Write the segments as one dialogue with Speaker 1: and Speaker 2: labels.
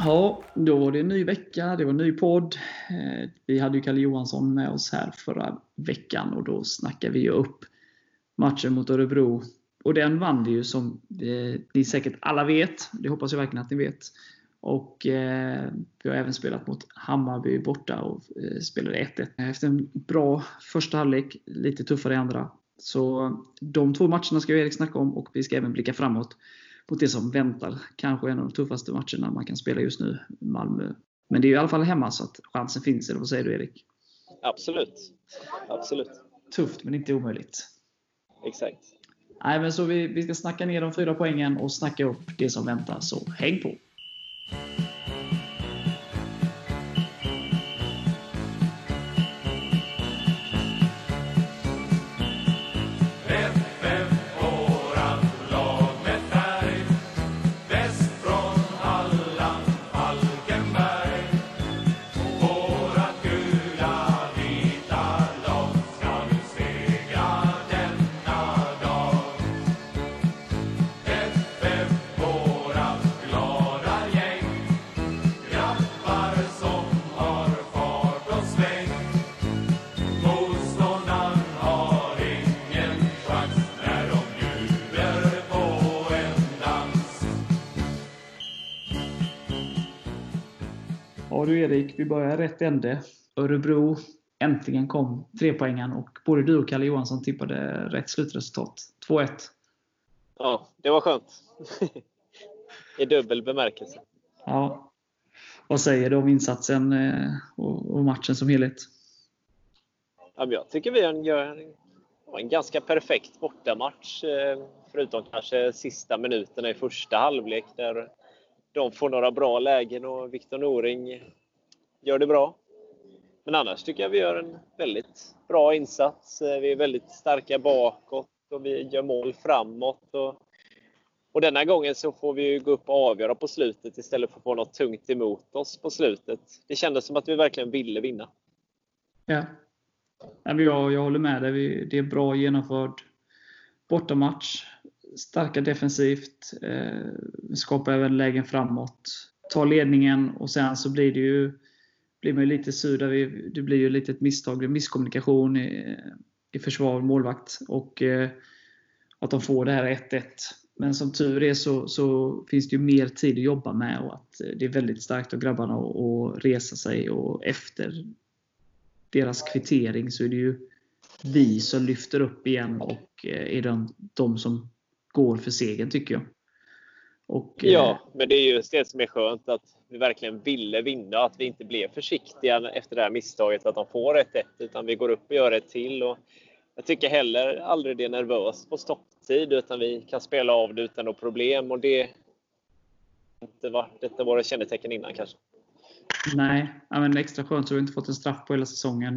Speaker 1: Ja, då var det en ny vecka, det var en ny podd. Vi hade ju Kalle Johansson med oss här förra veckan och då snackade vi ju upp matchen mot Örebro. Och den vann det ju som ni säkert alla vet, det hoppas jag verkligen att ni vet. Och vi har även spelat mot Hammarby borta och spelade 1-1. Efter en bra första halvlek, lite tuffare i andra. Så de två matcherna ska Erik snacka om och vi ska även blicka framåt mot det som väntar. Kanske en av de tuffaste matcherna man kan spela just nu, Malmö. Men det är ju i alla fall hemma så att chansen finns, eller vad säger du Erik?
Speaker 2: Absolut.
Speaker 1: Tufft men inte omöjligt.
Speaker 2: Exakt.
Speaker 1: Nej, men så vi ska snacka ner de 4 poängen och snacka upp det som väntar, så häng på! Ja du Erik, vi börjar rätt ände. Örebro, äntligen kom 3-poängen och både du och Kalle Johansson tippade rätt slutresultat. 2-1.
Speaker 2: Ja, det var skönt. I dubbel bemärkelse.
Speaker 1: Ja. Vad säger du om insatsen och matchen som helhet?
Speaker 2: Ja, men jag tycker vi gör en ganska perfekt bortamatch. Förutom kanske sista minuterna i första halvlek där de får några bra lägen och Victor Noring gör det bra. Men annars tycker jag vi gör en väldigt bra insats. Vi är väldigt starka bakåt och vi gör mål framåt. Och denna gången så får vi gå upp och avgöra på slutet istället för att få något tungt emot oss på slutet. Det kändes som att vi verkligen ville vinna.
Speaker 1: Ja, jag håller med dig. Det är bra genomförd bortamatch. Starka defensivt. Skapar även lägen framåt. Tar ledningen och sen så blir man ju lite sur där det blir ju lite ett misstag, misskommunikation i försvar, målvakt och att de får det här 1-1. Men som tur är så finns det ju mer tid att jobba med och att det är väldigt starkt av grabbarna att resa sig och efter deras kvittering så är det ju vi som lyfter upp igen och är de som går för segern tycker jag.
Speaker 2: Ja, men det är ju det som är skönt att vi verkligen ville vinna, att vi inte blev försiktiga efter det här misstaget att de får 1-1 utan vi går upp och gör ett till och jag tycker heller aldrig det är nervöst på stopptid utan vi kan spela av det utan något problem och det inte varit våra kännetecken innan kanske.
Speaker 1: Nej, men extra skönt så har vi inte fått en straff på hela säsongen.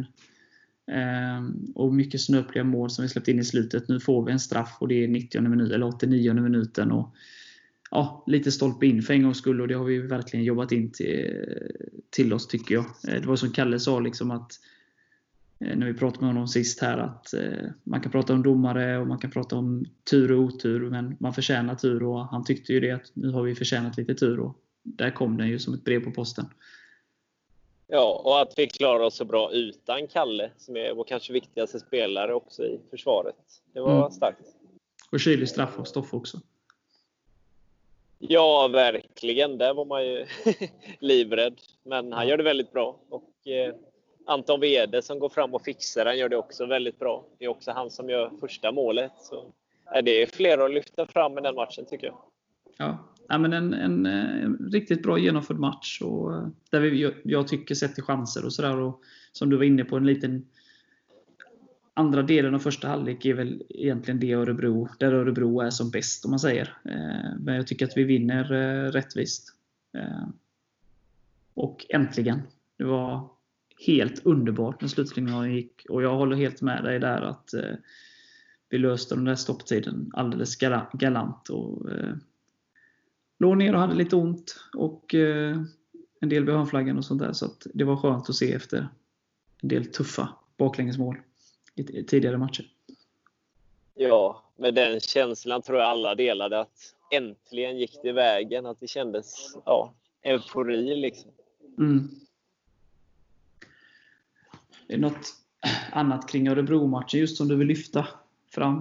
Speaker 1: Och mycket snöpliga mål som vi släppt in i slutet. Nu får vi en straff och det är 90:e minuten eller 89:e minuten och ja, lite stolpe in för en gångs skull och det har vi verkligen jobbat in till oss tycker jag. Det var som Kalle sa liksom att när vi pratade med honom sist här att man kan prata om domare och man kan prata om tur och otur men man förtjänar tur och han tyckte ju det att nu har vi förtjänat lite tur och där kom den ju som ett brev på posten.
Speaker 2: Ja, och att vi klarar oss så bra utan Kalle som är vår kanske viktigaste spelare också i försvaret. Det var starkt. Och
Speaker 1: kylig straff av Stoff också.
Speaker 2: Ja, verkligen. Där var man ju livrädd. Men han gör det väldigt bra. Och Anton Wede som går fram och fixar, han gör det också väldigt bra. Det är också han som gör första målet. Så det är fler att lyfta fram i den matchen tycker jag.
Speaker 1: Ja, men en riktigt bra genomförd match. Och där jag tycker sett till chanser och sådär. Och som du var inne på en liten andra delen av första halvlek är väl egentligen det där Örebro är som bäst om man säger. Men jag tycker att vi vinner rättvist. Och äntligen. Det var helt underbart när slutningen gick. Och jag håller helt med dig där att vi löste den där stopptiden alldeles galant. Och låg ner och hade lite ont. Och en del vid hörnflaggan och sånt där. Så att det var skönt att se efter en del tuffa baklängesmål i tidigare matcher.
Speaker 2: Ja, med den känslan tror jag alla delade att äntligen gick det vägen. Att det kändes eufori liksom.
Speaker 1: Är det något annat kring Örebro-matchen just som du vill lyfta fram?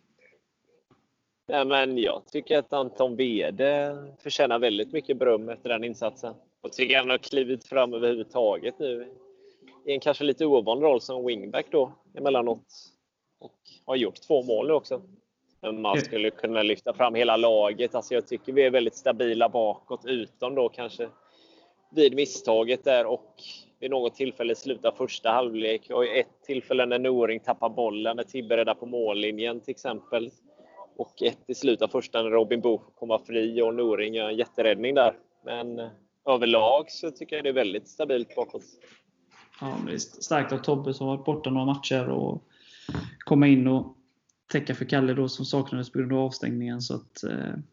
Speaker 2: Ja, men jag tycker att Anton Wede förtjänar väldigt mycket beröm efter den insatsen. Och tycker han har klivit fram överhuvudtaget nu i en kanske lite ovan roll som wingback då emellanåt. Och har gjort 2 mål nu också. Men man skulle kunna lyfta fram hela laget. Alltså jag tycker vi är väldigt stabila bakåt, utom då kanske vid misstaget där och vid något tillfälle slutar första halvlek. Och i ett tillfälle när Noring tappar bollen, när Tibbe räddar på mållinjen till exempel. Och ett i slutet av första när Robin Bo kommer fri och Noring gör en jätteräddning där. Men överlag så tycker jag det är väldigt stabilt bakåt.
Speaker 1: Ja, det är starkt av Tobbe som har varit borta några matcher och komma in och täcka för Kalle då som saknades på grund av avstängningen. Så att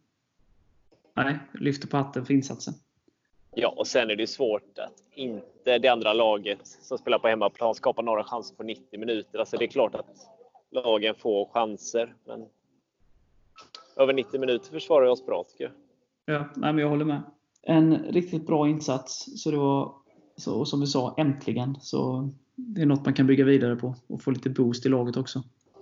Speaker 1: lyfter på hatten för insatsen.
Speaker 2: Ja, och sen är det svårt att inte det andra laget som spelar på hemmaplan skapar några chanser på 90 minuter. Alltså det är klart att lagen får chanser, men över 90 minuter försvarar jag oss bra tycker jag.
Speaker 1: Ja, men jag håller med. En riktigt bra insats. Så det var, så som vi sa, äntligen. Så det är något man kan bygga vidare på och få lite boost i laget också.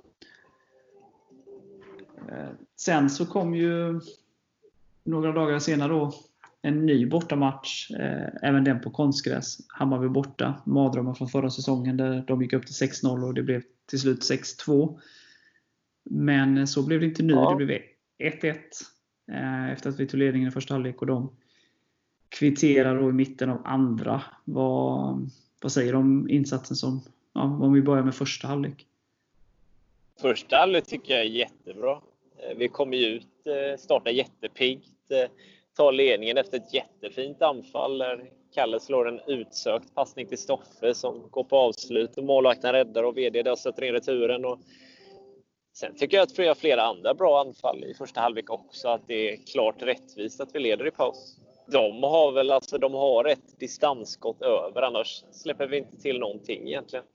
Speaker 1: Sen så kom ju några dagar senare då en ny bortamatch, även den på konstgräs. Hammarby borta, mardrömmar från förra säsongen där de gick upp till 6-0 och det blev till slut 6-2. Men så blev det inte nu, det blev 1-1 efter att vi tog ledningen i första halvlek och de kvitterar då i mitten av andra. Vad säger de om insatsen som, om vi börjar med första halvlek?
Speaker 2: Första halvlek tycker jag är jättebra. Vi kommer ju ut, startar jättepiggt, tar ledningen efter ett jättefint anfall där Kalle slår en utsökt passning till Stoffe som går på avslut och målvakten räddar och VD där sätter in returen. Och sen tycker jag att vi har flera andra bra anfall i första halvlek också, att det är klart rättvist att vi leder i paus. De har ett distansskott över, annars släpper vi inte till någonting egentligen.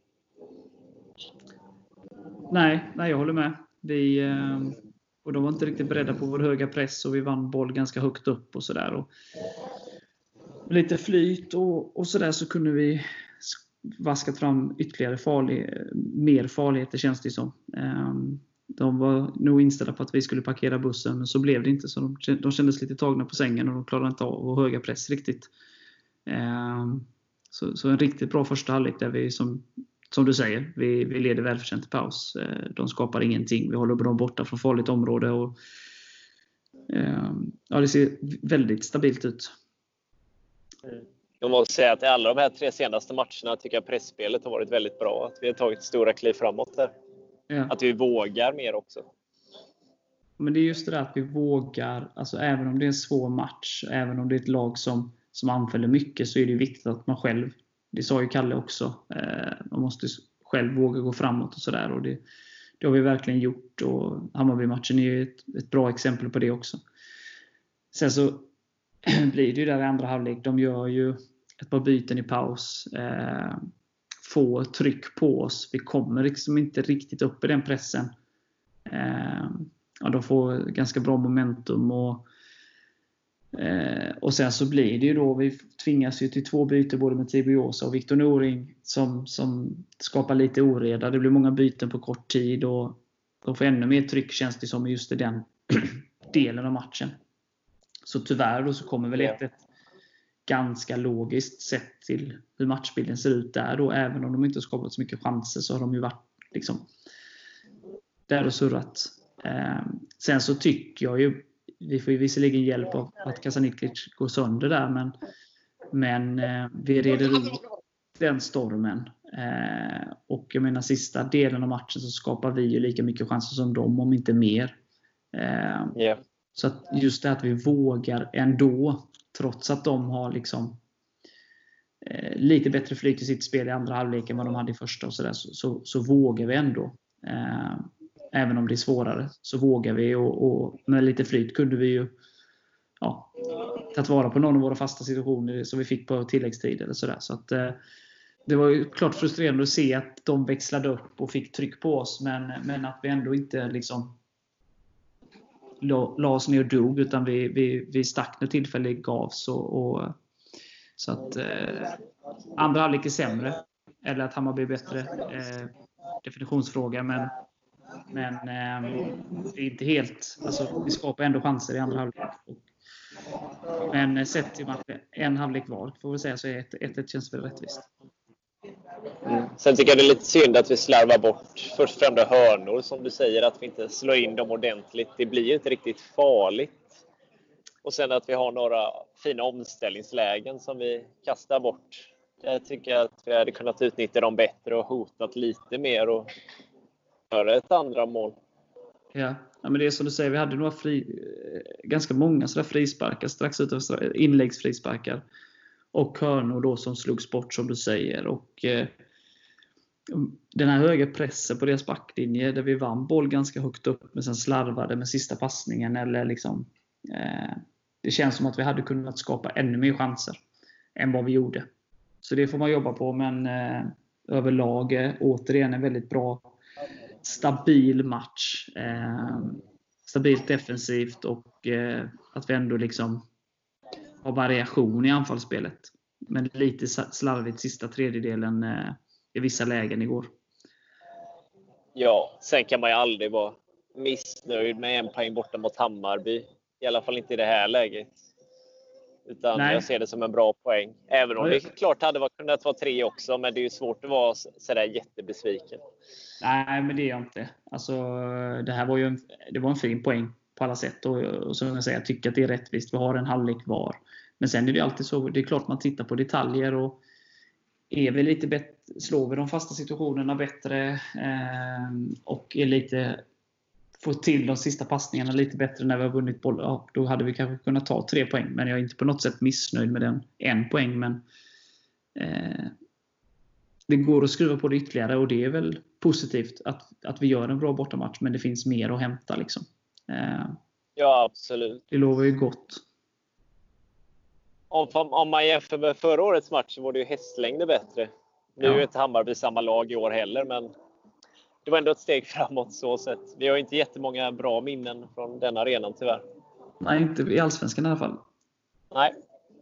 Speaker 1: Nej, jag håller med. Och de var inte riktigt beredda på vår höga press och vi vann boll ganska högt upp och sådär. Och lite flyt och sådär så kunde vi vaskat fram ytterligare mer farligheter känns det som. De var nog inställda på att vi skulle parkera bussen, men så blev det inte. Så de kändes lite tagna på sängen och de klarade inte av vår höga press riktigt. Så en riktigt bra första halvlek där vi som du säger, vi leder välförtjänt till paus. De skapar ingenting. Vi håller dem borta från farligt område och det ser väldigt stabilt ut.
Speaker 2: Jag måste säga att i alla de här 3 senaste matcherna tycker jag pressspelet har varit väldigt bra. Att vi har tagit stora kliv framåt där. Ja. Att vi vågar mer också.
Speaker 1: Men det är just det där att vi vågar, alltså även om det är en svår match, även om det är ett lag som anfäller mycket, så är det viktigt att man själv, det sa ju Kalle också, man måste själv våga gå framåt och sådär, och det har vi verkligen gjort, och Hammarby-matchen är ju ett bra exempel på det också. Sen så blir det ju där i andra halvlek, de gör ju ett par byten i paus, få tryck på oss, vi kommer liksom inte riktigt upp i den pressen. De får ganska bra momentum och sen så blir det ju då, vi tvingas ju till 2 byten både med Tibbe Josa och Victor Noring som skapar lite oreda. Det blir många byten på kort tid och de får ännu mer tryck, känns det som, just i den delen av matchen. Så tyvärr då så kommer väl ett ganska logiskt sett till hur matchbilden ser ut där då. Även om de inte har skapat så mycket chanser så har de ju varit liksom där och surrat. Sen så tycker jag ju, vi får ju visserligen hjälp av att Kasaniklic går sönder där, men vi reder ut den stormen. Och jag menar, sista delen av matchen så skapar vi ju lika mycket chanser som dem, om inte mer. Så att just det att vi vågar ändå, trots att de har liksom lite bättre flyt i sitt spel i andra halvlek än vad de hade i första och så vågar vi ändå. Även om det är svårare så vågar vi, och med lite flyt kunde vi ju tagit vara på någon av våra fasta situationer som vi fick på tilläggstid eller sådär. Så att det var ju klart frustrerande att se att de växlade upp och fick tryck på oss, men att vi ändå inte liksom la oss ner och dog, utan vi stack när tillfälle gavs. Så att andra halvlek är sämre, eller att Hammarby är bättre, definitionsfråga, men det är inte helt, alltså vi skapar ändå chanser i andra halvlek. Men sett till att en halvlek kvar, får vi säga, så är 1-1 känns väl rättvist.
Speaker 2: Sen tycker jag det är lite synd att vi slarvar bort först och främst hörnor, som du säger, att vi inte slår in dem ordentligt. Det blir ju inte riktigt farligt. Och sen att vi har några fina omställningslägen som vi kastar bort. Jag tycker att vi hade kunnat utnyttja dem bättre och hotat lite mer och göra ett andra mål.
Speaker 1: Ja, men det är som du säger, vi hade några ganska många sådär frisparkar strax utanför, inläggsfrisparkar och hörnor då som slogs bort, som du säger. Och den här höga pressen på deras backlinje, där vi vann boll ganska högt upp men sen slarvade med sista passningen, eller liksom det känns som att vi hade kunnat skapa ännu mer chanser än vad vi gjorde. Så det får man jobba på, men överlag återigen en väldigt bra, stabil match. Stabilt defensivt, och att vi ändå liksom har variation i anfallsspelet. Men lite slarvigt sista tredjedelen i vissa lägen igår.
Speaker 2: Ja, sen kan man ju aldrig vara missnöjd med en poäng borta mot Hammarby. I alla fall inte i det här läget. Utan
Speaker 1: Nej.
Speaker 2: Jag ser det som en bra poäng. Även om det klart hade kunnat vara 3 också. Men det är ju svårt att vara sådär jättebesviken.
Speaker 1: Nej, men det är jag inte. Alltså, det här var det var en fin poäng på alla sätt. Och som jag säger, jag tycker att det är rättvist. Vi har en halvlek kvar. Men sen är det alltid så. Det är klart man tittar på detaljer. Och är vi lite bättre, slår vi de fasta situationerna bättre. Och är lite, får till de sista passningarna lite bättre när vi har vunnit boll. Ja, då hade vi kanske kunnat ta 3 poäng. Men jag är inte på något sätt missnöjd med den 1 poäng. Men det går att skruva på det ytterligare, och det är väl positivt att vi gör en bra bortamatch, men det finns mer att hämta liksom.
Speaker 2: Ja, absolut.
Speaker 1: Det lovar ju gott.
Speaker 2: Om man jämför med förra årets match så var det ju hästlängder bättre. Nu är ju inte Hammarby samma lag i år heller, men det var ändå ett steg framåt så sätt. Vi har inte jättemånga bra minnen från den arenan tyvärr.
Speaker 1: Nej, inte i Allsvenskan i alla fall.
Speaker 2: Nej.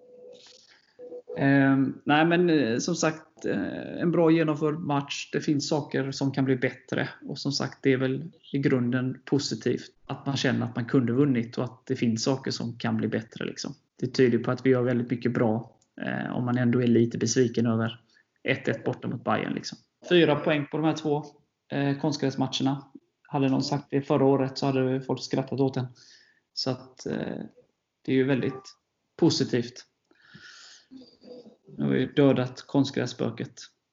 Speaker 1: Nej, men som sagt, en bra genomförd match. Det finns saker som kan bli bättre. Och som sagt, det är väl i grunden positivt att man känner att man kunde vunnit, och att det finns saker som kan bli bättre liksom. Det tyder på att vi gör väldigt mycket bra, om man ändå är lite besviken över 1-1 borta mot Bayern liksom. 4 poäng på de här 2 konstgräsmatcherna. Hade någon sagt det förra året så hade folk skrattat åt den. Så att det är ju väldigt positivt. Nu har vi dödat konstgrässpöket.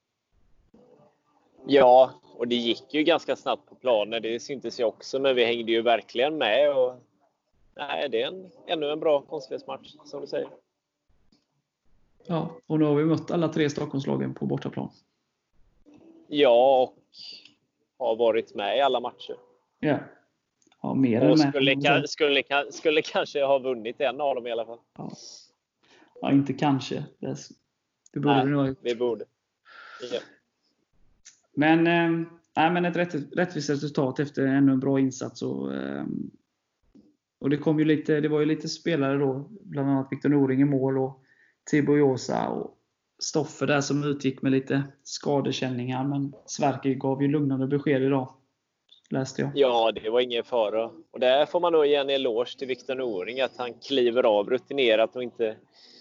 Speaker 2: Ja, och det gick ju ganska snabbt på planen. Det syntes ju också, men vi hängde ju verkligen med. Och nej, det är ännu en bra konstgräsmatch, som du säger.
Speaker 1: Ja, och nu har vi mött alla 3 Stockholmslagen på bortaplan.
Speaker 2: Ja, och har varit med i alla matcher.
Speaker 1: Ja, mer
Speaker 2: och
Speaker 1: än med.
Speaker 2: Skulle kanske ha vunnit en av dem i alla fall.
Speaker 1: Ja, inte kanske. Det borde vi nog ha gjort.
Speaker 2: Vi borde. Ja.
Speaker 1: Men ett rättvist resultat efter ännu en bra insats. Och det kom ju lite, det var ju lite spelare då, bland annat Victor Noring i mål och Thibaut Josa och Stoffer där som utgick med lite skadekänningar. Men Sverker gav ju lugnande besked idag, läste jag.
Speaker 2: Ja, det var ingen fara. Och där får man nog ge en eloge till Victor Noring, att han kliver av rutinerat och inte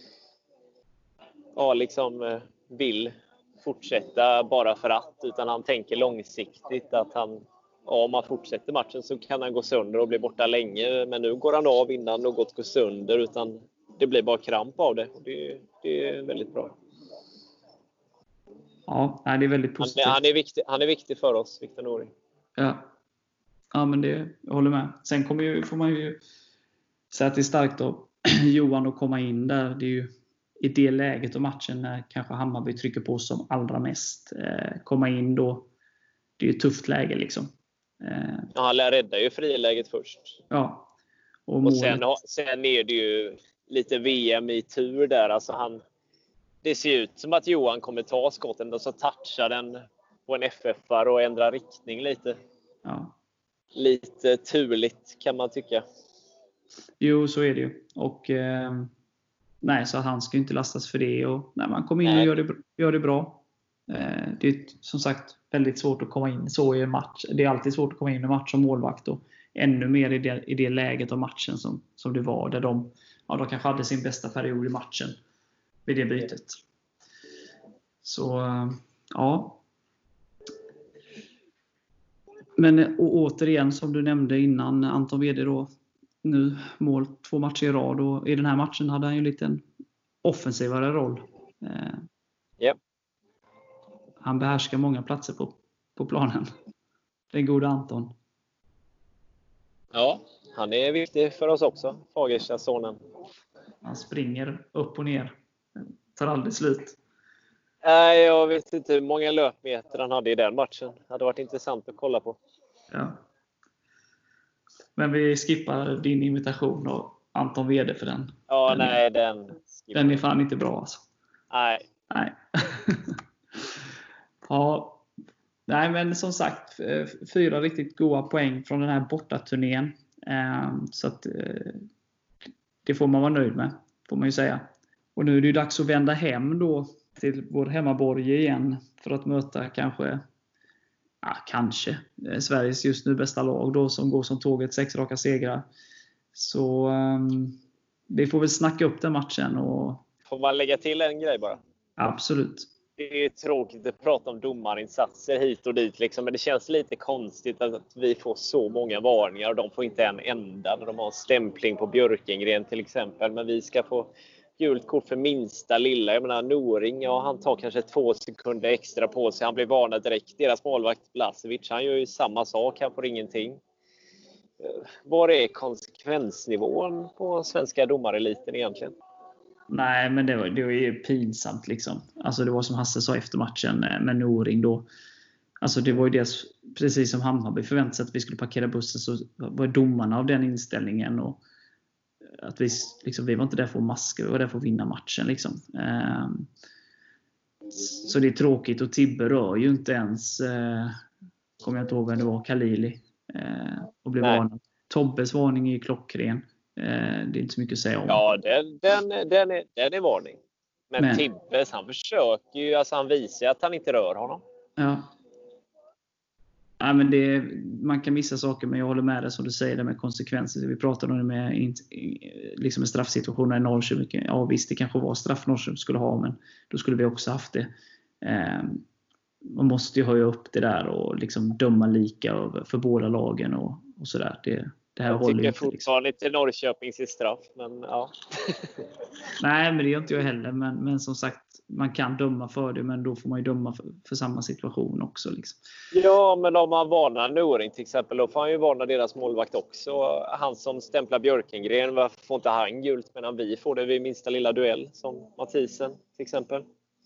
Speaker 2: vill fortsätta bara för att, utan han tänker långsiktigt att om han fortsätter matchen så kan han gå sönder och bli borta länge, men nu går han av innan något går sönder, utan det blir bara kramp av det. Det är väldigt bra.
Speaker 1: Ja, det är väldigt positivt.
Speaker 2: Han är viktig för oss, Victor Noring.
Speaker 1: Ja, men jag håller med. Sen får man ju säga att det är starkt av Johan att komma in där. Det är ju i det läget av matchen när kanske Hammarby trycker på som allra mest. Komma in då, det är ju ett tufft läge liksom.
Speaker 2: Ja, han räddar ju friläget först.
Speaker 1: Ja.
Speaker 2: Och sen är det ju lite VM i tur där. Alltså det ser ut som att Johan kommer ta skotten och så touchar den på en FF-are och ändrar riktning lite.
Speaker 1: Ja.
Speaker 2: Lite turligt kan man tycka.
Speaker 1: Jo, så är det ju. Och nej, så han ska ju inte lastas för det. Och när man kommer in och gör det bra. Det är som sagt väldigt svårt att komma in så i en match. Det är alltid svårt att komma in i en match som målvakt. Och ännu mer i det läget av matchen som det var. Där de kanske hade sin bästa period i matchen vid det bytet. Så, ja. Men återigen, som du nämnde innan, Anton Wede då, nu mål 2 matcher i rad. Och i den här matchen hade han ju en liten offensivare roll.
Speaker 2: Yep.
Speaker 1: Han behärskar många platser på planen. Den gode Anton.
Speaker 2: Ja, han är viktig för oss också, Fagersta-sonen.
Speaker 1: Han springer upp och ner. Tar aldrig slut.
Speaker 2: Nej, jag vet inte hur många löpmeter han hade i den matchen. Det hade varit intressant att kolla på.
Speaker 1: Ja. Men vi skippar din invitation och Anton Wede för den.
Speaker 2: Ja,
Speaker 1: den är fan inte bra alltså.
Speaker 2: Nej.
Speaker 1: Ja. Nej, men som sagt, 4 riktigt goda poäng från den här bortaturnén. Så att det får man vara nöjd med, får man ju säga. Och nu är det ju dags att vända hem då till vår hemmaborg igen för att möta kanske Sveriges just nu bästa lag då, som går som tåget, 6 raka segrar. Så vi får väl snacka upp den matchen. Och
Speaker 2: får man lägga till en grej bara?
Speaker 1: Absolut.
Speaker 2: Det är tråkigt att prata om domarinsatser hit och dit liksom, men det känns lite konstigt att vi får så många varningar och de får inte en enda när de har stämpling på Björkengren till exempel, men vi ska få gult kort för minsta lilla. Jag menar Noring, han tar kanske 2 sekunder extra på sig, han blir varnad direkt. Deras målvakt Blasevic, han gör ju samma sak, han får ingenting. Var är konsekvensnivån på svenska domareliten egentligen?
Speaker 1: Nej, men det var ju pinsamt liksom. Alltså det var som Hasse sa efter matchen med Noring då. Alltså det var ju det, precis som Hammarby förväntade sig att vi skulle parkera bussen, så var domarna av den inställningen. Och att vi var inte där för att maska, vi var där för att vinna matchen liksom. Så det är tråkigt, och Tibbe rör ju inte ens, kommer jag inte ihåg vem det var, Khalili, och blev varnad. Tobbes varning är klockren. Det är inte så mycket att säga om.
Speaker 2: Ja, den är varning. Men Tibbes, han försöker ju, alltså han visar att han inte rör honom.
Speaker 1: Ja. Ja, men man kan missa saker, men jag håller med dig som du säger, det med konsekvenser. Vi pratade om det med straffsituationer i Norrköping. Ja visst, det kanske var straff Norrköping skulle ha, men då skulle vi också haft det. Man måste ju höja upp det där och liksom döma lika för båda lagen och sådär. Det här
Speaker 2: jag tycker fortfarande inte Norrköpings i straff, men ja.
Speaker 1: Nej, men det gör inte jag heller. Men som sagt, man kan döma för det, men då får man ju döma för samma situation också. Liksom.
Speaker 2: Ja, men om man varnar Noring till exempel, då får han ju varna deras målvakt också. Han som stämplar Björkengren, varför får inte han gult medan vi får det vid minsta lilla duell, som Mathisen till exempel?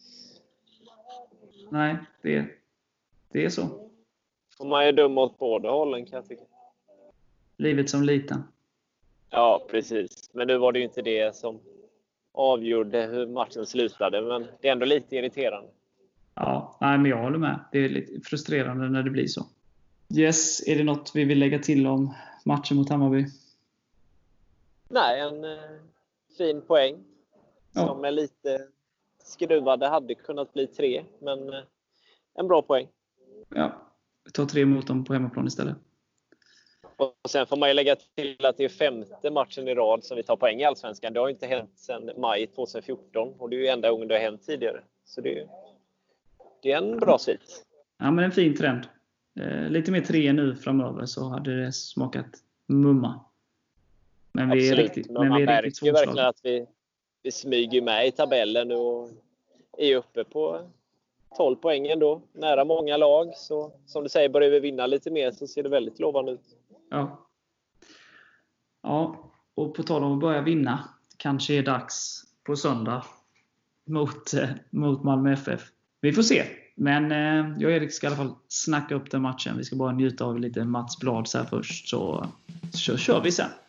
Speaker 1: Nej, det är så.
Speaker 2: Får man ju döma åt båda hållen, kan jag tycka.
Speaker 1: Livet som liten.
Speaker 2: Ja, precis. Men nu var det ju inte det som avgjorde hur matchen slutade. Men det är ändå lite irriterande.
Speaker 1: Ja, nej, men jag håller med. Det är lite frustrerande när det blir så. Yes, är det något vi vill lägga till om matchen mot Hammarby?
Speaker 2: Nej, en fin poäng. Som är lite skruvade, hade kunnat bli 3. Men en bra poäng.
Speaker 1: Ja, vi tar 3 mot dem på hemmaplan istället.
Speaker 2: Och sen får man ju lägga till att det är 5:e matchen i rad som vi tar poäng i Allsvenskan. Det har ju inte hänt sedan maj 2014. Och det är ju enda gången det har hänt tidigare. Så det är en bra svit.
Speaker 1: Ja, men en fin trend. Lite mer 3 nu framöver så hade det smakat mumma. Men vi är riktigt,
Speaker 2: men man märker ju verkligen att vi smyger med i tabellen och är uppe på 12 poäng ändå. Nära många lag. Så som du säger, börjar vi vinna lite mer så ser det väldigt lovande ut.
Speaker 1: Ja, och på tal om att börja vinna, kanske är dags på söndag mot Malmö FF. Vi får se. Men jag och Erik ska i alla fall snacka upp den matchen. Vi ska bara njuta av lite Mats Blad så här först, så kör vi sen.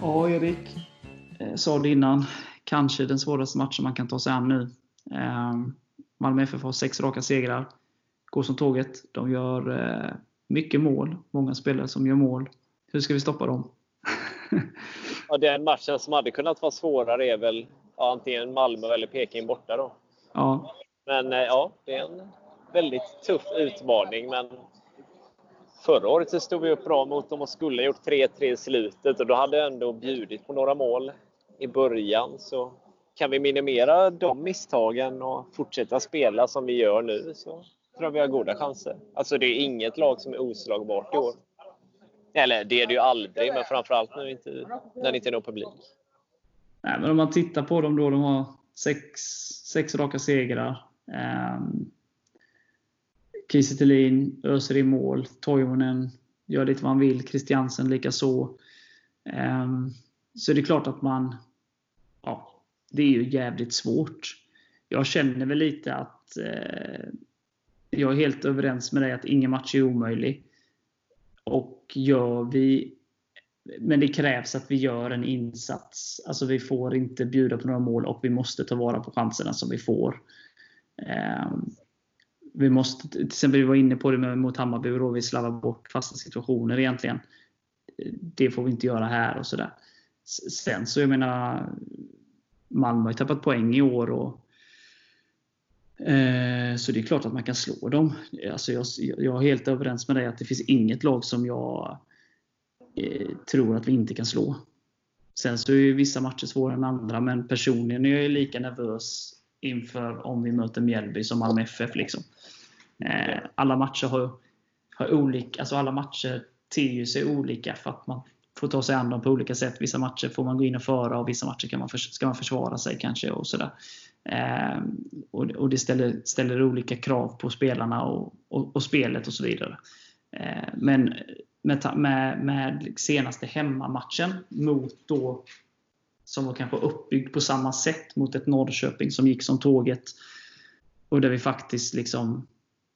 Speaker 1: Ja, Erik. Sa det innan. Kanske den svåraste matchen man kan ta sig an nu. Malmö FF har 6 raka segrar. Går som tåget. De gör mycket mål. Många spelare som gör mål. Hur ska vi stoppa dem?
Speaker 2: Ja, den matchen som hade kunnat vara svårare är väl antingen Malmö eller Peking borta då.
Speaker 1: Ja.
Speaker 2: Men ja, det är en väldigt tuff utmaning. Men förra året så stod vi upp bra mot dem och skulle ha gjort 3-3 i slutet. Och då hade jag ändå bjudit på några mål i början. Så kan vi minimera de misstagen och fortsätta spela som vi gör nu, så tror jag vi har goda chanser. Alltså det är inget lag som är oslagbart i år. Eller det är det ju aldrig, men framförallt när det inte är någon publik.
Speaker 1: Nej, men om man tittar på dem då, de har 6 raka segrar. Kiese Thelin öser i mål. Toivonen gör lite vad han vill. Christiansen lika så. Så det är klart att det är ju jävligt svårt. Jag känner väl lite att jag är helt överens med dig att ingen match är omöjlig. Och men det krävs att vi gör en insats. Alltså vi får inte bjuda på några mål och vi måste ta vara på chanserna som vi får. Vi måste, till exempel vi var inne på det mot Hammarby och då vi slarvar bort fasta situationer egentligen. Det får vi inte göra här och sådär. Sen så jag menar, Malmö har tappat poäng i år och så det är klart att man kan slå dem. Alltså jag är helt överens med dig att det finns inget lag som jag tror att vi inte kan slå. Sen så är ju vissa matcher svårare än andra, men personligen är jag lika nervös inför om vi möter Mjällby som Malmö FF liksom. Alla matcher har olika, alltså alla matcher ter sig olika för att man får ta sig an dem på olika sätt. Vissa matcher får man gå in och föra och vissa matcher ska man försvara sig kanske och sådär. Och det ställer olika krav på spelarna och spelet och så vidare. Men med senaste hemmamatchen mot då, som var kanske uppbyggd på samma sätt mot ett Norrköping som gick som tåget och där vi faktiskt liksom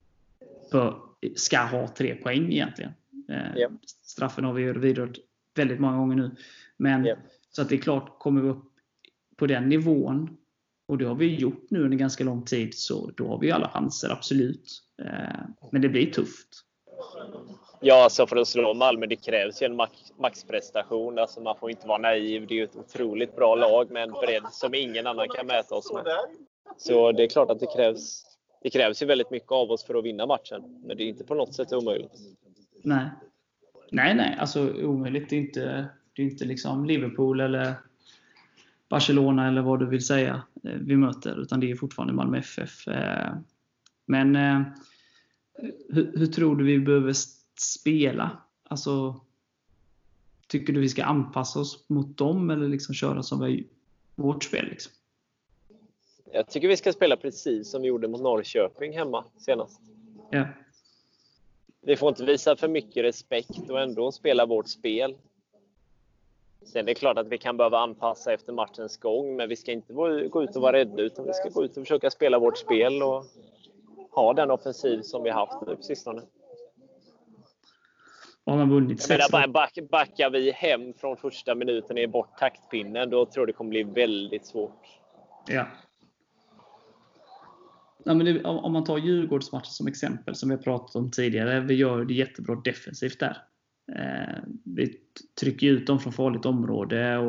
Speaker 1: ska ha 3 poäng egentligen. Straffen har vi ju vidrört väldigt många gånger nu, men så att det är klart, kommer vi upp på den nivån, och det har vi gjort nu under ganska lång tid, så då har vi alla chanser, absolut. Men det blir tufft.
Speaker 2: Ja, så för att slå Malmö, det krävs ju en maxprestation. Alltså man får inte vara naiv. Det är ju ett otroligt bra lag med en bredd som ingen annan kan mäta oss med. Så det är klart att det krävs ju väldigt mycket av oss för att vinna matchen. Men det är inte på något sätt omöjligt.
Speaker 1: Nej. Alltså omöjligt. Det är inte liksom Liverpool eller Barcelona eller vad du vill säga vi möter. Utan det är fortfarande Malmö FF. Men hur tror du vi behöver spela? Alltså, tycker du vi ska anpassa oss mot dem eller liksom köra som vårt spel liksom?
Speaker 2: Jag tycker vi ska spela precis som vi gjorde mot Norrköping hemma senast.
Speaker 1: Ja.
Speaker 2: Vi får inte visa för mycket respekt och ändå spela vårt spel. Sen är det klart att vi kan behöva anpassa efter matchens gång, men vi ska inte gå ut och vara rädda, utan vi ska gå ut och försöka spela vårt spel och ha den offensiv som vi har haft nu på sistone. Backar vi hem från första minuten i bort taktpinnen, då tror jag det kommer bli väldigt svårt.
Speaker 1: Ja. Ja, men om man tar Djurgårdsmatchen som exempel, som vi har pratat om tidigare, vi gör det jättebra defensivt där. Vi trycker ut dem från farligt område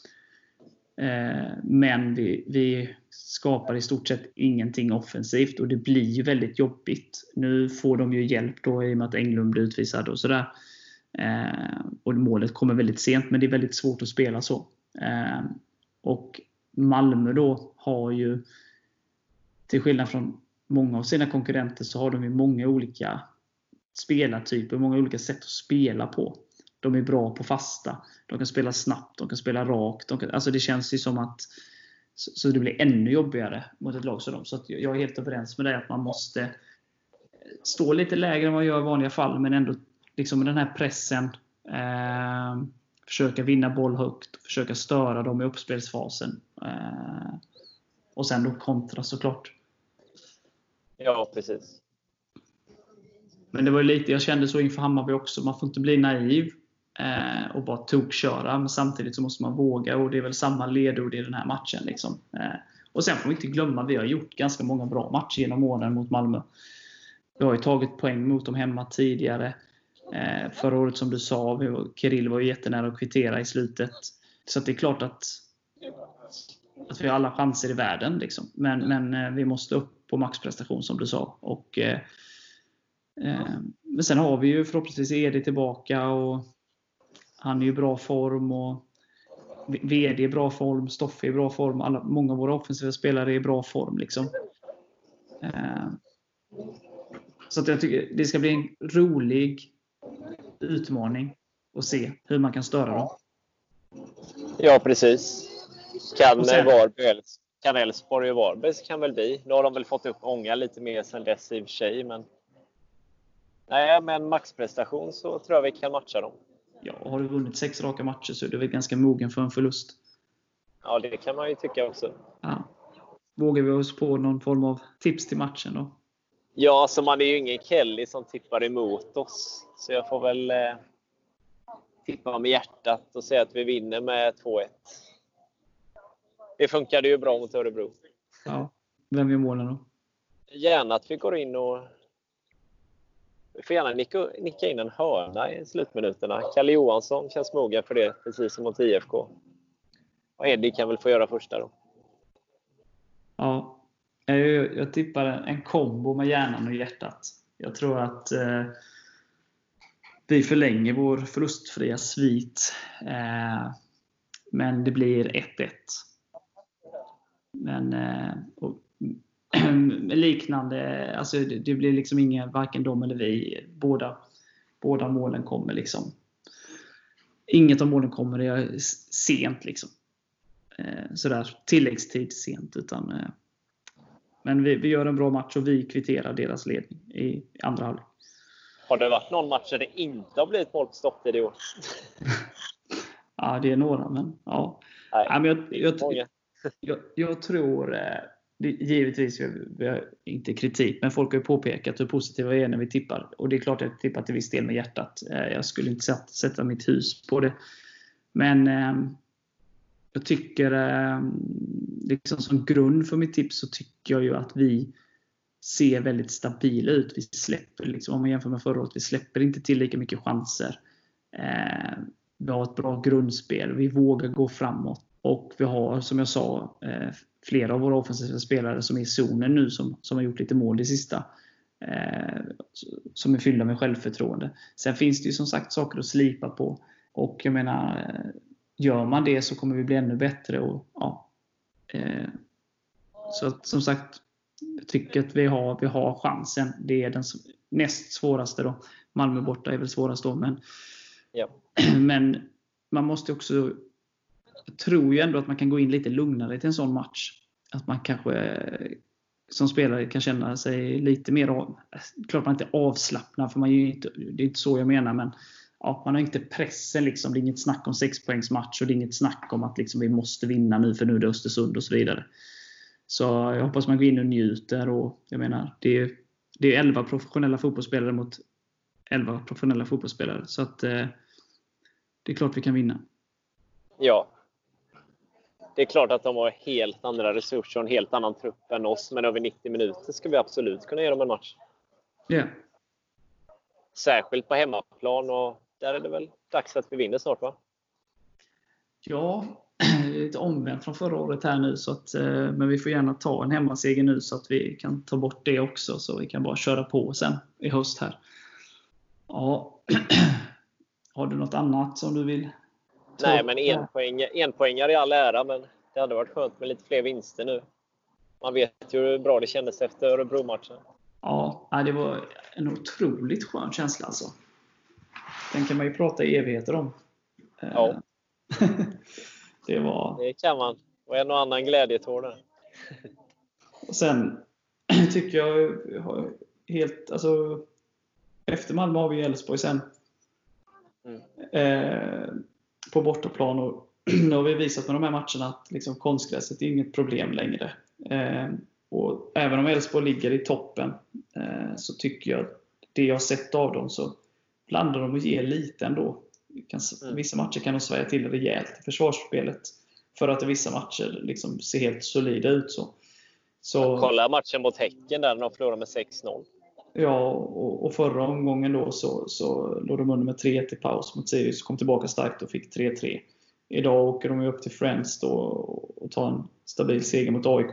Speaker 1: men vi skapar i stort sett ingenting offensivt, och det blir ju väldigt jobbigt. Nu får de ju hjälp då i och med att Englund blir utvisad och sådär. Och målet kommer väldigt sent, men det är väldigt svårt att spela så. Och Malmö då har ju, till skillnad från många av sina konkurrenter, så har de ju många olika spelartyper, många olika sätt att spela på. De är bra på fasta, de kan spela snabbt, de kan spela rakt, alltså det känns ju som att så det blir ännu jobbigare mot ett lag som dem. Så att jag är helt överens med dig att man måste stå lite lägre än vad man gör i vanliga fall, men ändå liksom med den här pressen försöka vinna boll högt, försöka störa dem i uppspelsfasen och sen då kontra såklart.
Speaker 2: Ja, precis.
Speaker 1: Men det var ju lite, jag kände så inför Hammarby också, man får inte bli naiv. och bara tokköra. Men samtidigt så måste man våga, och det är väl samma ledord i den här matchen. Liksom. Och sen får vi inte glömma, vi har gjort ganska många bra matcher genom åren mot Malmö. Vi har ju tagit poäng mot dem hemma tidigare. Förra året, som du sa, Kirill var ju jättenära att kvittera i slutet. Så att det är klart att vi har alla chanser i världen. Liksom. Men vi måste upp på maxprestation, som du sa. Och, men sen har vi ju förhoppningsvis Edi tillbaka. Och han är i bra form. Och VD är i bra form. Stoffe är i bra form. Många av våra offensiva spelare är i bra form. Liksom. Så att jag tycker det ska bli en rolig utmaning att se hur man kan störa dem.
Speaker 2: Ja, precis. Kan Elfsborg och Varberg kan väl bli. Nu har de väl fått upp ånga lite mer sen dess i och för sig. Men med en maxprestation så tror jag vi kan matcha dem.
Speaker 1: Ja, har du vunnit 6 raka matcher så är du väl ganska mogen för en förlust.
Speaker 2: Ja, det kan man ju tycka också.
Speaker 1: Ja. Vågar vi oss på någon form av tips till matchen då?
Speaker 2: Ja, så man är ju ingen Kelly som tippar emot oss. Så jag får väl tippa med hjärtat och säga att vi vinner med 2-1. Det funkade ju bra mot Örebro.
Speaker 1: Ja, vem är målen då?
Speaker 2: Gärna att vi går in och vi får gärna nicka in en hörna i slutminuterna. Kalle Johansson känns mogen för det, precis som mot IFK. Och Eddie kan väl få göra första då.
Speaker 1: Ja, jag tippar en kombo med hjärnan och hjärtat. Jag tror att vi förlänger vår förlustfria svit. Men det blir 1-1. Men liknande, alltså det blir liksom ingen, varken de eller vi. Båda målen kommer liksom. Inget av målen kommer sent liksom. Sådär tilläggstid sent, utan men vi gör en bra match och vi kvitterar deras ledning i andra halvlek.
Speaker 2: Har det varit någon match där det inte har blivit mål på stopptid i år?
Speaker 1: Ja, det är några, men ja. Nej, men jag tror givetvis, vi har inte kritik, men folk har ju påpekat hur positiva vi är när vi tippar, och det är klart att jag tippar till viss del med hjärtat. Jag skulle inte sätta mitt hus på det, men jag tycker liksom som grund för mitt tips så tycker jag ju att vi ser väldigt stabila ut. Vi släpper, liksom, om man jämför med förra året, vi släpper inte till lika mycket chanser. Vi har ett bra grundspel, vi vågar gå framåt, och vi har, som jag sa, flera av våra offensiva spelare som är i zonen nu, som har gjort lite mål det sista, som är fyllda med självförtroende. Sen finns det ju som sagt saker att slipa på, och jag menar, gör man det så kommer vi bli ännu bättre. Och, ja. Så att, som sagt, jag tycker att vi har chansen. Det är den näst svåraste då. Malmö borta är väl svårast då, men,
Speaker 2: ja.
Speaker 1: Men man måste också, jag tror ju ändå att man kan gå in lite lugnare till en sån match. Att man kanske som spelare kan känna sig lite mer klart man inte är avslappnad, för man är ju inte, det är inte så jag menar, men ja, man har inte pressen liksom. Det är inget snack om 6-poängsmatch, och det är inget snack om att liksom, vi måste vinna nu för nu är det Östersund och så vidare. Så jag hoppas man går in och njuter, och jag menar, det är 11 professionella fotbollsspelare mot 11 professionella fotbollsspelare, så att det är klart vi kan vinna.
Speaker 2: Ja. Det är klart att de har helt andra resurser och en helt annan trupp än oss, men över 90 minuter ska vi absolut kunna ge dem en match.
Speaker 1: Ja. Yeah.
Speaker 2: Särskilt på hemmaplan, och där är det väl dags att vi vinner snart, va?
Speaker 1: Ja, lite omvänt från förra året här nu, så att, men vi får gärna ta en hemmaseger nu så att vi kan ta bort det också, så vi kan bara köra på sen i höst här. Ja. Har du något annat som du vill ta?
Speaker 2: Nej, men enpoängare i all ära, men det hade varit skönt med lite fler vinster nu. Man vet ju hur bra det kändes efter Örebro-matchen.
Speaker 1: Ja, det var en otroligt skön känsla alltså. Den kan man ju prata i evigheter om.
Speaker 2: Ja. Det kan man. Och en och annan glädjetår där.
Speaker 1: Och sen tycker jag helt, alltså, efter Malmö har vi Elfsborg sen. På bortaplan, och nu har vi visat med de här matcherna att liksom, konstgräset är inget problem längre. Och även om Elfsborg ligger i toppen, så tycker jag det jag har sett av dem, så blandar de och ger lite ändå. Vissa matcher kan de svära till rejält i försvarsspelet för att vissa matcher liksom ser helt solida ut. Så
Speaker 2: kolla matchen mot Häcken där när de förlorade med 6-0.
Speaker 1: Ja, och förra omgången då så låg de under med 3-1 i paus mot Sirius, kom tillbaka starkt och fick 3-3. Idag åker de upp till Friends då och tar en stabil seger mot AIK.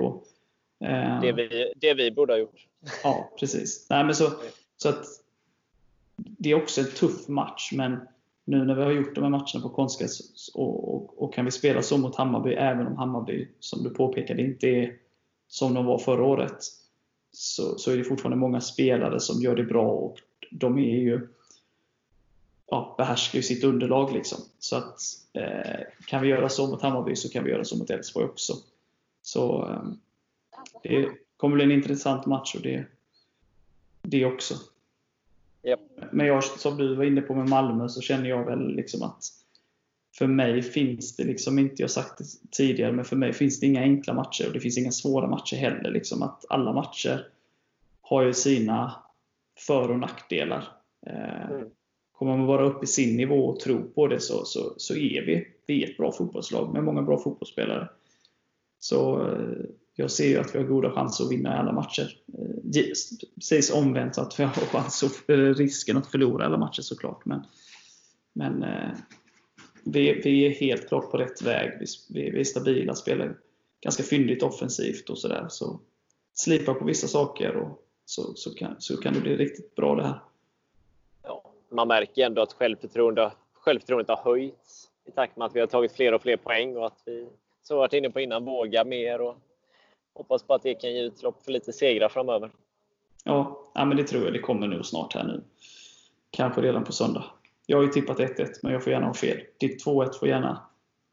Speaker 2: Det vi borde ha gjort.
Speaker 1: Ja, precis. Nej, men så att det är också en tuff match, men nu när vi har gjort de här matcherna på konstgräs och kan vi spela så mot Hammarby, även om Hammarby, som du påpekade, inte är som de var förra året, så är det fortfarande många spelare som gör det bra, och de är ju behärskar ju sitt underlag liksom. Så att kan vi göra så mot Hammarby, så kan vi göra så mot Elfsborg också. Så det kommer bli en intressant match, och det också.
Speaker 2: Yep.
Speaker 1: Men jag, som du var inne på med Malmö, så känner jag väl liksom att för mig finns det liksom inte, jag har sagt det tidigare, men för mig finns det inga enkla matcher, och det finns inga svåra matcher heller. Liksom att alla matcher har ju sina för- och nackdelar. Kommer man vara uppe i sin nivå och tro på det, så är vi ett bra fotbollslag med många bra fotbollsspelare. Så jag ser ju att vi har goda chanser att vinna alla matcher. Precis omvänt att vi har risken att förlora alla matcher såklart. Men vi är helt klart på rätt väg. Vi är stabila, spelar ganska fyndigt offensivt och sådär. Så slipa på vissa saker, och så kan det bli riktigt bra det här.
Speaker 2: Ja, man märker ändå att självförtroendet har höjts i takt med att vi har tagit fler och fler poäng, och att vi, som vi varit inne på innan, vågar mer, och hoppas på att det kan ge utlopp för lite segrar framöver.
Speaker 1: Ja, men det tror jag. Det kommer nog snart här nu. Kanske redan på söndag. Jag har ju tippat 1-1, men jag får gärna ha fel. Ditt 2-1 får gärna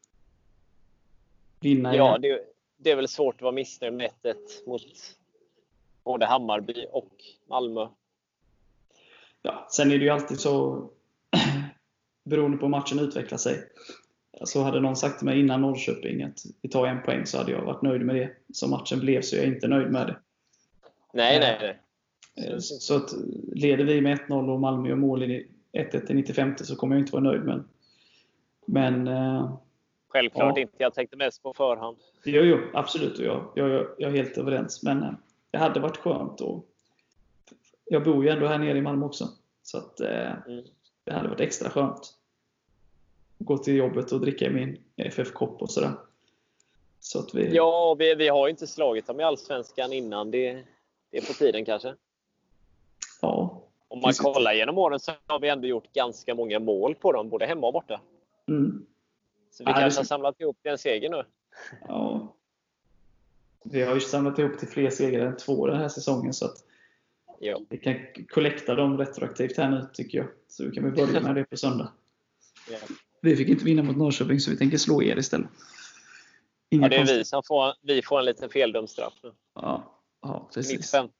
Speaker 1: vinna.
Speaker 2: Ja, det är väl svårt att vara missnöjd med 1-1 mot både Hammarby och Malmö.
Speaker 1: Ja, sen är det ju alltid så beroende på hur matchen utvecklar sig. Så hade någon sagt till mig innan Norrköping att vi tar 1 poäng, så hade jag varit nöjd med det. Så matchen blev, så jag är inte nöjd med det.
Speaker 2: Nej.
Speaker 1: Så att leder vi med 1-0 och Malmö gör mål i 1-1 i 95, så kommer jag inte vara nöjd. Men
Speaker 2: självklart inte. Jag tänkte mest på förhand.
Speaker 1: Jo, absolut. Jag är helt överens. Men det hade varit skönt. Och jag bor ju ändå här nere i Malmö också. Så att det hade varit extra skönt. Gå till jobbet och dricka i min FF-kopp och sådär. Så att
Speaker 2: vi har ju inte slagit dem i Allsvenskan innan. Det är på tiden kanske.
Speaker 1: Ja.
Speaker 2: Om man kollar genom åren, så har vi ändå gjort ganska många mål på dem, både hemma och borta. Så vi kanske har samlat ihop till en seger nu.
Speaker 1: Ja. Vi har ju samlat ihop till fler segrar än 2 den här säsongen, så att vi kan kollekta dem retroaktivt här nu, tycker jag. Så vi kan väl börja med det på söndag. Vi fick inte vinna mot Norrköping, så vi tänker slå er istället.
Speaker 2: Det är vi som får en liten feldömstraff nu.
Speaker 1: Ja, precis.
Speaker 2: 95.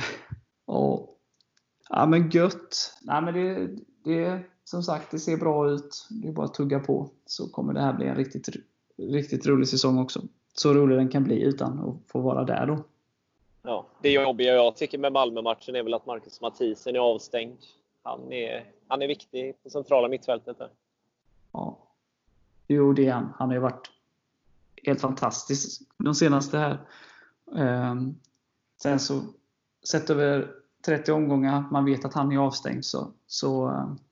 Speaker 1: Ja, men gött. Nej, men det som sagt, det ser bra ut. Det är bara att tugga på, så kommer det här bli en riktigt rolig säsong också. Så rolig den kan bli utan att få vara där då.
Speaker 2: Ja, det jobbiga jag tycker med Malmö-matchen är väl att Marcus Mathisen är avstängd. Han är viktig på centrala mittfältet där.
Speaker 1: Ja. Jo, det är han. Han har ju varit helt fantastisk de senaste här. Sen så sett över 30 omgångar, man vet att han är avstängd, så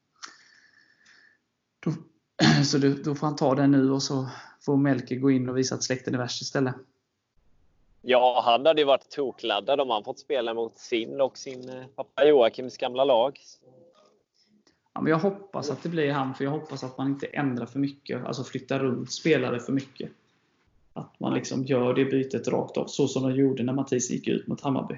Speaker 1: då får han ta den nu, och så får Melker gå in och visa att släkten är värst istället.
Speaker 2: Ja, han hade ju varit tokladdad om han fått spela mot sin pappa Joakims gamla lag.
Speaker 1: Ja, men jag hoppas att det blir han, för jag hoppas att man inte ändrar för mycket, alltså flyttar runt spelare för mycket. Att man liksom gör det bytet rakt av, så som de gjorde när Mattis gick ut mot Hammarby.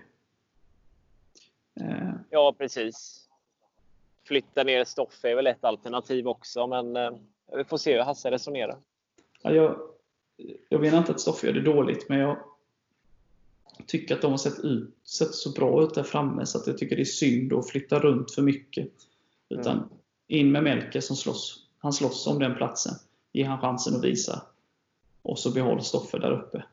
Speaker 2: Ja, precis. Flytta ner Stoffe är väl ett alternativ också, men vi får se hur Hasse resonerar.
Speaker 1: Ja, jag menar inte att Stoffe gör det dåligt, men jag tycker att de har sett så bra ut där framme, så att jag tycker det är synd att flytta runt för mycket. Utan in med Melker som slåss. Han slåss om den platsen. Ge han chansen att visa. Och så behåll Stoffe där uppe.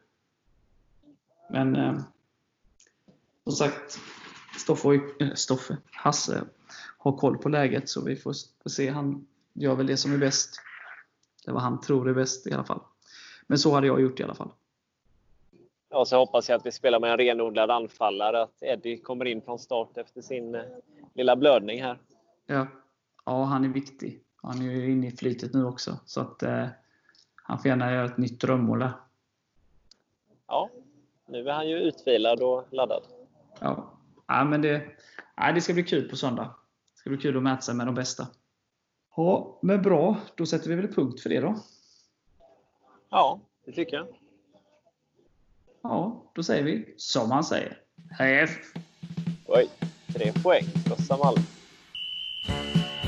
Speaker 1: Men som sagt, Hasse har koll på läget, så vi får se. Han gör väl det som är bäst. Det vad han tror är bäst i alla fall. Men så hade jag gjort i alla fall.
Speaker 2: Ja, så hoppas jag att vi spelar med en renodlad anfallare. Att Eddie kommer in från start efter sin lilla blödning här.
Speaker 1: Ja, han är viktig. Han är ju inne i flytet nu också. Så att han får gärna göra ett nytt drömmål där.
Speaker 2: Ja, nu är han ju utvilad och laddad.
Speaker 1: Ja, men det ska bli kul på söndag. Det ska bli kul att mäta sig med de bästa. Ja, men bra. Då sätter vi väl punkt för det då.
Speaker 2: Ja, det tycker jag.
Speaker 1: Ja, då säger vi som man säger. Hej!
Speaker 2: Oj, 3 poäng. Krossa Malmö.